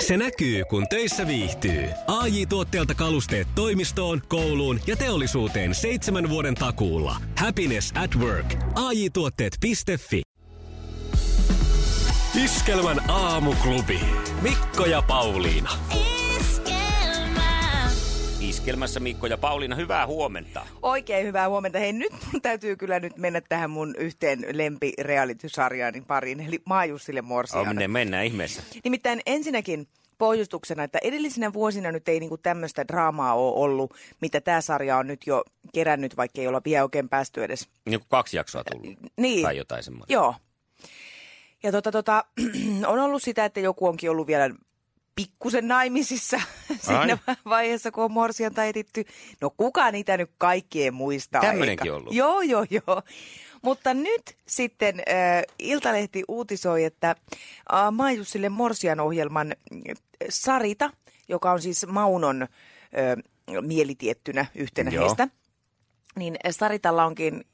Se näkyy, kun töissä viihtyy. AJ Tuotteelta kalusteet toimistoon, kouluun ja teollisuuteen 7 vuoden takuulla. Happiness at work. AJ-tuotteet.fi. Iskelmän aamuklubi. Mikko ja Pauliina. Iskelmässä Mikko ja Pauliina, hyvää huomenta. Oikein hyvää huomenta. Hei, nyt mun täytyy kyllä nyt mennä tähän mun yhteen lempirealitysarjaani pariin, eli Maajussille Morsian. Mennään ihmeessä. Nimittäin ensinnäkin pohjustuksena, että edellisinä vuosina nyt ei niinku tämmöistä draamaa ole ollut, mitä tämä sarja on nyt jo kerännyt, vaikka ei olla vielä oikein päästy edes. Niin kuin 2 jaksoa tullut. Niin. Tai jotain semmoista. Joo. Ja on ollut sitä, että joku onkin ollut vielä pikkusen naimisissa siinä vaiheessa, kun on morsianta etitty. No kuka niitä nyt kaikkien muistaa? Tämmöinenkin ollut. Joo. Mutta nyt sitten Iltalehti uutisoi, että Maajussille Morsian ohjelman Sarita, joka on siis Maunon mielitiettynä yhtenä heistä, niin Saritalla onkin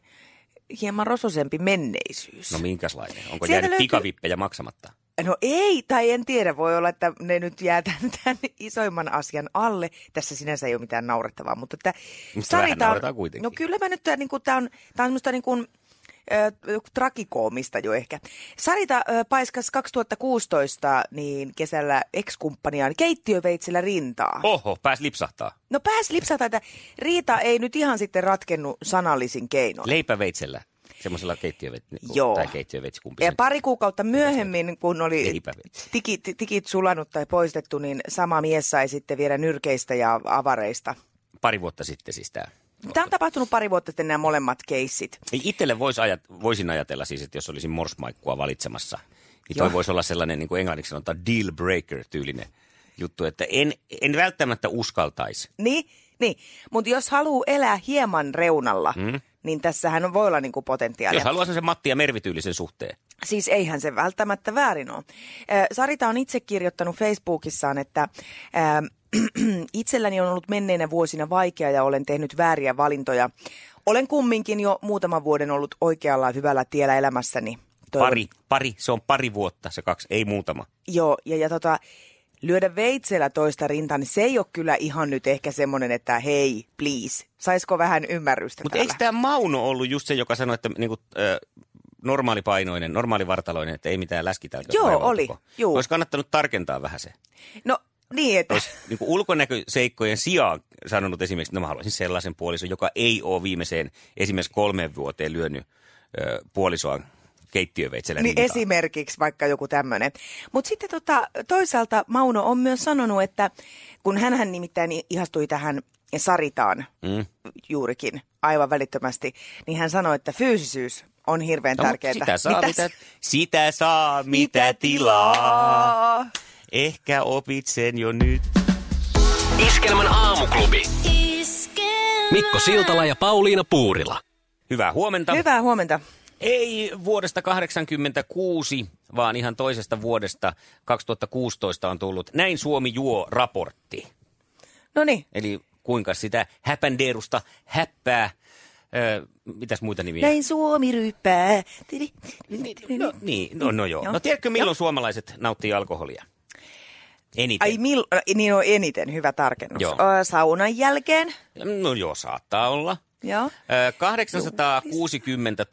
hieman rososempi menneisyys. No minkälainen? Onko jäänyt pikavippejä maksamatta? No ei, tai en tiedä. Voi olla, että ne nyt jää tämän isoimman asian alle. Tässä sinänsä ei ole mitään naurettavaa, mutta että Sarita on kuitenkin. No kyllä mä nyt, tämä on semmoista niin kuin trakikoomista jo ehkä. Sarita paiskasi 2016 niin kesällä ex-kumppaniaan keittiöveitsellä rintaa. Oho, pääsi lipsahtaa. No pääsi lipsahtaa, että riita ei nyt ihan sitten ratkennut sanallisin keinoin. Leipäveitsellä. Semmoisella keittiöveitsikumpissa. Ja pari kuukautta myöhemmin, kun oli tikit sulanut tai poistettu, niin sama mies sai sitten viedä nyrkeistä ja avareista. Pari vuotta sitten siis tämä. Tämä on tapahtunut pari vuotta sitten nämä molemmat keissit. Itselle voisin ajatella siis, että jos olisin morsmaikkua valitsemassa, niin toi voisi olla sellainen, niin kuin englanniksi sanotaan, deal breaker -tyylinen juttu, että en välttämättä uskaltaisi. Niin. Mutta jos haluaa elää hieman reunalla, niin tässähän voi olla niinku potentiaalia. Jos haluaa sen Matti ja Mervi-tyylisen suhteen. Siis eihän se välttämättä väärin ole. Sarita on itse kirjoittanut Facebookissaan, että itselläni on ollut menneinä vuosina vaikea ja olen tehnyt vääriä valintoja. Olen kumminkin jo muutaman vuoden ollut oikealla hyvällä tiellä elämässäni. Se on pari vuotta, se 2, ei muutama. Joo, lyödä veitsellä toista rintaa, niin se ei ole kyllä ihan nyt ehkä semmoinen, että hei, please, saisiko vähän ymmärrystä Mutta täällä? eikö tämä Mauno ollut just se, joka sanoi, että niinku, normaalipainoinen, normaalivartaloinen, että ei mitään läskitälkä? Joo, oli. Juu. Olisi kannattanut tarkentaa vähän se. No niin, että olisi niin ulkonäköseikkojen sijaan sanonut esimerkiksi, että mä haluaisin sellaisen puolison, joka ei ole viimeiseen esimerkiksi 3 vuoteen lyönyt puolisoa keittiöveitsellä niin esimerkiksi vaikka joku tämmöinen. Mutta sitten toisaalta Mauno on myös sanonut, että kun hänhän nimittäin ihastui tähän Saritaan juurikin aivan välittömästi, niin hän sanoi, että fyysisyys on hirveän tärkeää. Sitä saa mitä tilaa. Ehkä opit sen jo nyt. Iskelmän aamuklubi. Mikko Siltala ja Pauliina Puurila. Hyvää huomenta. Hyvää huomenta. Ei vuodesta 1986, vaan ihan toisesta vuodesta 2016 on tullut Näin Suomi juo -raportti. No niin. Eli kuinka sitä häpändeerusta häppää, mitäs muita nimiä? Näin Suomi ryyppää. No joo. No tiedätkö milloin suomalaiset nauttii alkoholia? Eniten. Niin on eniten, hyvä tarkennus. Joo. Saunan jälkeen? No joo, saattaa olla. Joo. 840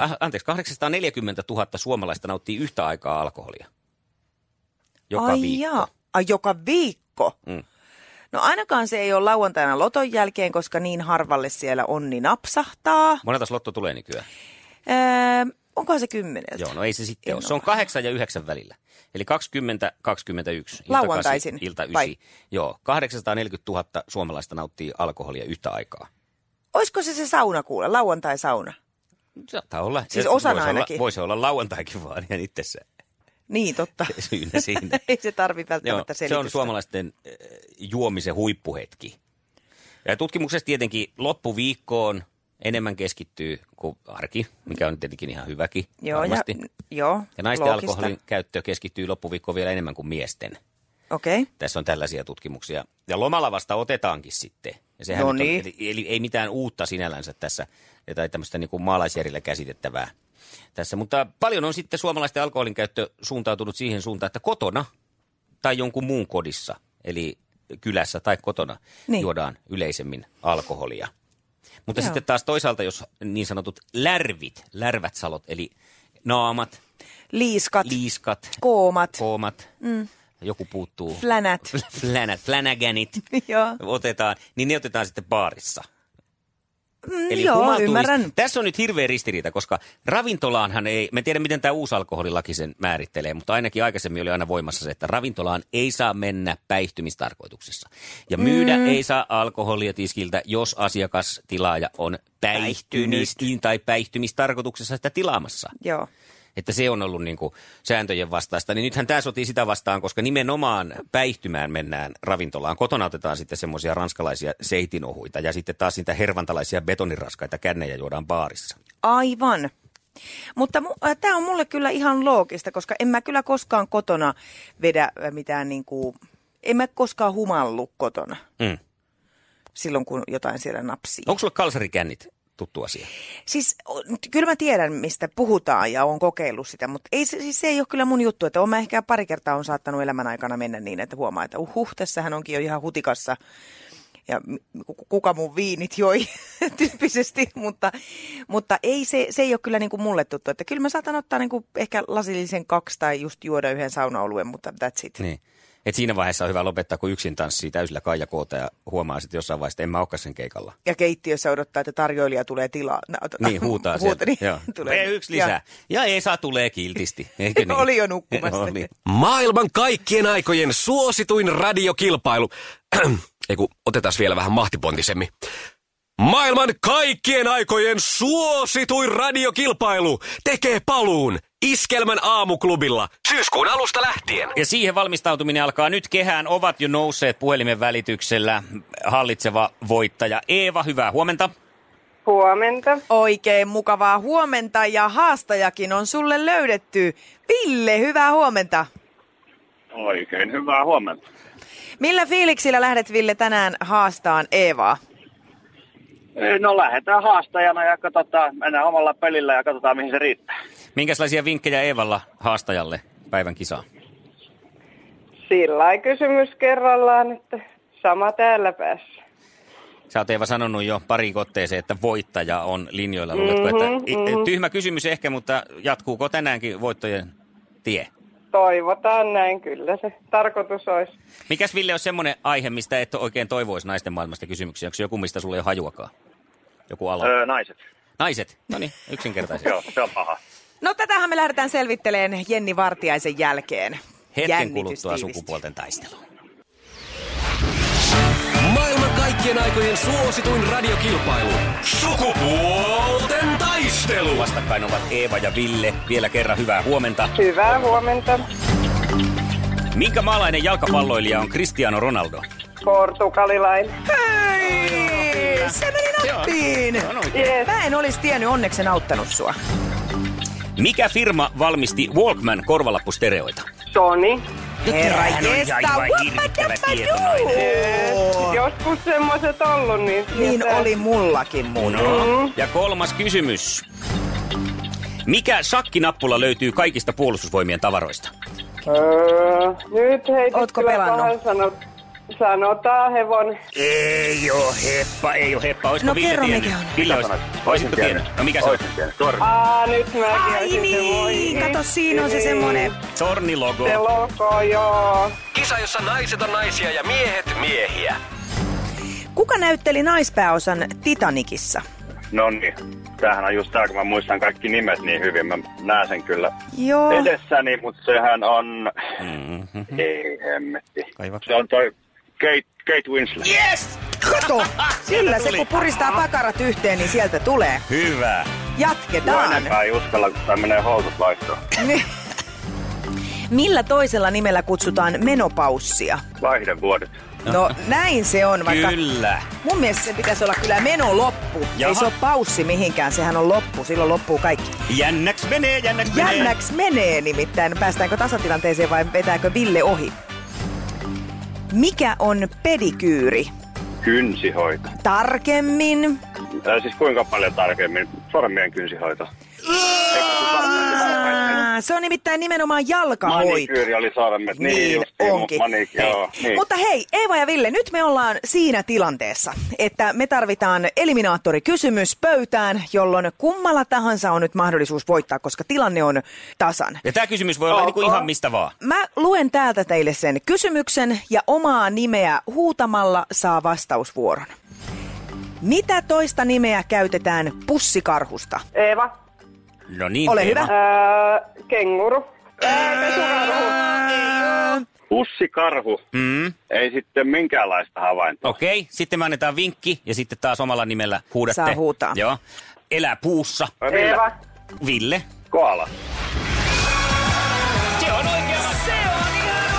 000 suomalaista nauttii yhtä aikaa alkoholia. Joka viikko. Joka viikko? No ainakaan se ei ole lauantaina loton jälkeen, koska niin harvalle siellä onni napsahtaa. Monetas lotto tulee nykyään? Onko se 10? Joo, no ei se sitten ole. Se on 8 ja 9 välillä. Eli 20-21. Lauantaisin? Ilta 9. Joo, 840 000 suomalaista nauttii alkoholia yhtä aikaa. Olisiko se sauna lauantai-sauna? Saattaa olla. Siis osana ainakin. Voisi olla lauantaikin vaan ihan itsessään. Niin, totta. Syynä siinä. Ei se tarvitse välttämättä selitystä. Se on suomalaisten juomisen huippuhetki. Ja tutkimuksessa tietenkin loppuviikkoon enemmän keskittyy kuin arki, mikä on tietenkin ihan hyväkin varmasti. Ja naisten loogista. alkoholin käyttö keskittyy loppuviikkoon vielä enemmän kuin miesten. Okei. Tässä on tällaisia tutkimuksia. Ja lomalla vasta otetaankin sitten. Ja sehän on, eli ei mitään uutta sinällänsä tässä, tai tämmöistä niin kuin maalaisjärjellä käsitettävää tässä. Mutta paljon on sitten suomalaisten alkoholin käyttö suuntautunut siihen suuntaan, että kotona tai jonkun muun kodissa, eli kylässä tai kotona juodaan yleisemmin alkoholia. Mutta sitten taas toisaalta, jos niin sanotut lärvätsalot, eli naamat, liiskat, koomat, joku puuttuu. Flanaganit otetaan, niin ne otetaan sitten baarissa. Eli ymmärrän. Tässä on nyt hirveä ristiriita, koska ravintolaanhan ei, mä en tiedä miten tämä uusi alkoholilaki sen määrittelee, mutta ainakin aikaisemmin oli aina voimassa se, että ravintolaan ei saa mennä päihtymistarkoituksessa. Ja myydä ei saa alkoholia tiskiltä, jos asiakastilaaja on päihtymistarkoituksessa sitä tilaamassa. Joo. Että se on ollut niin kuin sääntöjen vastaista, niin nythän tämä sotii sitä vastaan, koska nimenomaan päihtymään mennään ravintolaan. Kotona otetaan sitten semmoisia ranskalaisia seitinohuita ja sitten taas niitä hervantalaisia betoniraskaita kännejä juodaan baarissa. Aivan. Mutta tämä on mulle kyllä ihan loogista, koska en mä kyllä koskaan kotona vedä mitään en mä koskaan humallu kotona. Silloin kun jotain siellä napsii. Onko sulla kalsarikännit tuttu asia? Siis kyllä mä tiedän, mistä puhutaan ja olen kokeillut sitä, mutta se ei ole kyllä mun juttu. Että mä ehkä pari kertaa on saattanut elämän aikana mennä niin, että huomaa, että tässähän onkin jo ihan hutikassa ja kuka mun viinit joi tyyppisesti, mutta ei se ei ole kyllä niin kuin mulle tuttu. Että kyllä mä saatan ottaa niin kuin ehkä lasillisen 2 tai just juoda yhden saunaoluen, mutta that's it. Niin. Et siinä vaiheessa on hyvä lopettaa, kun yksin tanssii täysillä kaijakoota ja huomaa sitten jossain vaiheessa, että en mä olekaan sen keikalla. Ja keittiössä odottaa, että tarjoilija tulee tilaa. Niin, huutaa sieltä. Niin, tulee. Yksi lisää. Ja Esa tulee kiltisti. Eikö niin? Oli jo nukkumassa. Oli. Maailman kaikkien aikojen suosituin radiokilpailu. Otetaan vielä vähän mahtipontisemmin. Maailman kaikkien aikojen suosituin radiokilpailu tekee paluun Iskelmän aamuklubilla syyskuun alusta lähtien. Ja siihen valmistautuminen alkaa nyt. Kehään ovat jo nousseet puhelimen välityksellä hallitseva voittaja Eeva. Hyvää huomenta. Huomenta. Oikein mukavaa huomenta ja haastajakin on sulle löydetty. Ville, hyvää huomenta. Oikein hyvää huomenta. Millä fiiliksillä lähdet, Ville, tänään haastaan Eevaa? No lähdetään haastajana ja katsotaan, mennään omalla pelillä ja katsotaan mihin se riittää. Minkälaisia vinkkejä Eevalla haastajalle päivän kisaan? Sillä kysymys kerrallaan, että sama täällä päässä. Sä oot Eeva sanonut jo pariin otteeseen, että voittaja on linjoilla. Luuletko, että tyhmä kysymys ehkä, mutta jatkuuko tänäänkin voittojen tie? Toivotaan näin, kyllä se tarkoitus olisi. Mikäs Ville on semmoinen aihe, mistä et oikein toivoisi naisten maailmasta kysymyksiä? Onko joku, mistä sulla ei ole hajuakaan? Joku ala? Naiset. Naiset? No niin, yksinkertaisesti. Joo, se on paha. No tätähän me lähdetään selvittelemään Jenni Vartiaisen jälkeen. Hetken kuluttua sukupuolten taisteluun. Maailman kaikkien aikojen suosituin radiokilpailu. Sukupuolten taistelu. Vastakkain ovat Eeva ja Ville. Vielä kerran hyvää huomenta. Hyvää huomenta. Minkä maalainen jalkapalloilija on Cristiano Ronaldo? Portugalilainen. Hei! Se meni nappiin! Yes. Mä en olisi tiennyt, onneksi auttanut sua. Mikä firma valmisti Walkman korvalappustereoita? Sony. Herra jesta, aivan hirvittävä tieto noin. Joskus semmoiset ollut, niin... Niin oli mullakin No. Ja kolmas kysymys. Mikä shakkinappula löytyy kaikista puolustusvoimien tavaroista? Nyt heitit Ootko kyllä pelannut? Sanotaan hevon. Ei oo heppa. Olisiko No Ville kerro tiennyt? mikä on. Ville, olisitko tiennyt? No mikä se on? Nyt mäkin Ai olisin niin, kato siinä on se semmonen. Tornilogo. Se logo, joo. Kisa, jossa naiset on naisia ja miehet miehiä. Kuka näytteli naispääosan Titanicissa? No niin, tämähän on just tää, kun mä muistan kaikki nimet niin hyvin. Mä näen sen kyllä Joo. edessäni, mutta sehän on... Ei hemmetti. Se on toi Kate Winslet. Yes! Kato, sillä se kun puristaa pakarat yhteen, niin sieltä tulee. Hyvä. Jatketaan. Enempää ei uskalla, kun tää menee housut laittoon. Millä toisella nimellä kutsutaan menopaussia? Vaihdevuodet. No näin se on, vaikka Kyllä. mun mielestä se pitäisi olla kyllä menoloppu. Jaha. Ei se ole paussi mihinkään, sehän on loppu, silloin loppuu kaikki. Jännäks menee. Jännäks menee nimittäin, päästäänkö tasatilanteeseen vai vetääkö Ville ohi? Mikä on pedikyyri? Kynsihoito. Tarkemmin. Siis kuinka paljon tarkemmin? Sormien kynsihoito. Se on nimittäin nimenomaan jalkahoito. Manikyyri oli sormet. Niin onkin. Niin. Mutta hei, Eeva ja Ville, nyt me ollaan siinä tilanteessa, että me tarvitaan eliminaattorikysymys pöytään, jolloin kummalla tahansa on nyt mahdollisuus voittaa, koska tilanne on tasan. Ja tämä kysymys voi olla niinku ihan mistä vaan. Mä luen täältä teille sen kysymyksen ja omaa nimeä huutamalla saa vastausvuoron. Mitä toista nimeä käytetään pussikarhusta? Eeva. No niin, Ole Eeva. hyvä. Kenguru. Pussikarhu. Ei sitten minkäänlaista havaintoa. Okei, sitten me annetaan vinkki ja sitten taas omalla nimellä huudatte. Saa huutaa. Joo. Elää puussa. Eeva. Ville. Koala. Se on oikea. Se on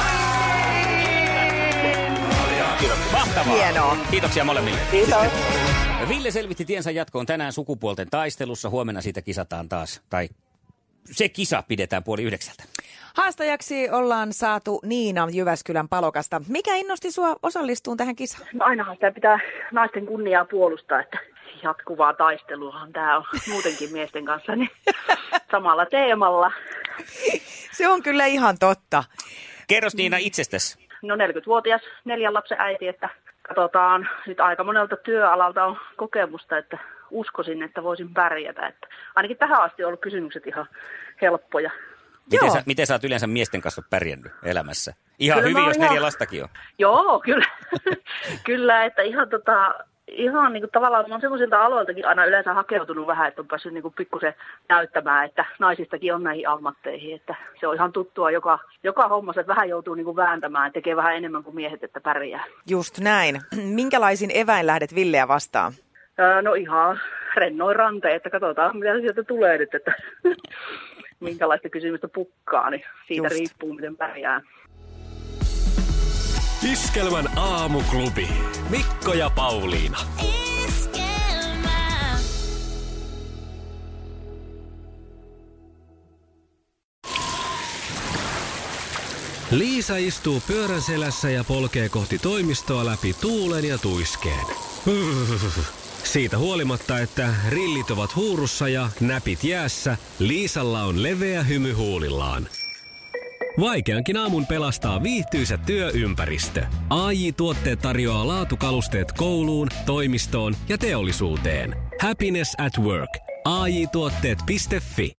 ihan mahtavaa. Hienoa. Kiitoksia molemmille. Kiitos. Ville selvitti tiensä jatkoon tänään sukupuolten taistelussa. Huomenna siitä kisataan taas. Tai se kisa pidetään 8:30. Haastajaksi ollaan saatu Niina Jyväskylän Palokasta. Mikä innosti sua osallistumaan tähän kisaan? No ainahan sitä pitää naisten kunniaa puolustaa, että jatkuvaa taisteluahan tämä on muutenkin miesten kanssa niin samalla teemalla. Se on kyllä ihan totta. Kerros Niina itsestäsi. No 40-vuotias 4 lapsen äiti, että katsotaan nyt aika monelta työalalta on kokemusta, että uskoisin, että voisin pärjätä. Että ainakin tähän asti on ollut kysymykset ihan helppoja. Miten sä oot yleensä miesten kanssa pärjännyt elämässä? Ihan kyllä hyvin, jos 4 lastakin on. Joo, kyllä. Kyllä, että ihan niin kuin tavallaan mä oon semmoisilta aloiltakin aina yleensä hakeutunut vähän, että on päässyt niin kuin pikkusen näyttämään, että naisistakin on näihin ammatteihin, että se on ihan tuttua joka hommassa, että vähän joutuu niin kuin vääntämään, tekee vähän enemmän kuin miehet, että pärjää. Just näin. Minkälaisin eväin lähdet Villeä vastaan? No ihan rennoin ranteen, että katsotaan mitä sieltä tulee nyt, että minkälaista kysymystä pukkaa, niin siitä just riippuu miten pärjää. Iskelmän aamuklubi. Mikko ja Pauliina. Iskelmä. Liisa istuu pyörän selässä ja polkee kohti toimistoa läpi tuulen ja tuiskeen. Siitä huolimatta, että rillit ovat huurussa ja näpit jäässä, Liisalla on leveä hymy huulillaan. Vaikeankin aamun pelastaa viihtyisä työympäristö. AJ-tuotteet tarjoaa laatukalusteet kouluun, toimistoon ja teollisuuteen. Happiness at work. AJ-tuotteet.fi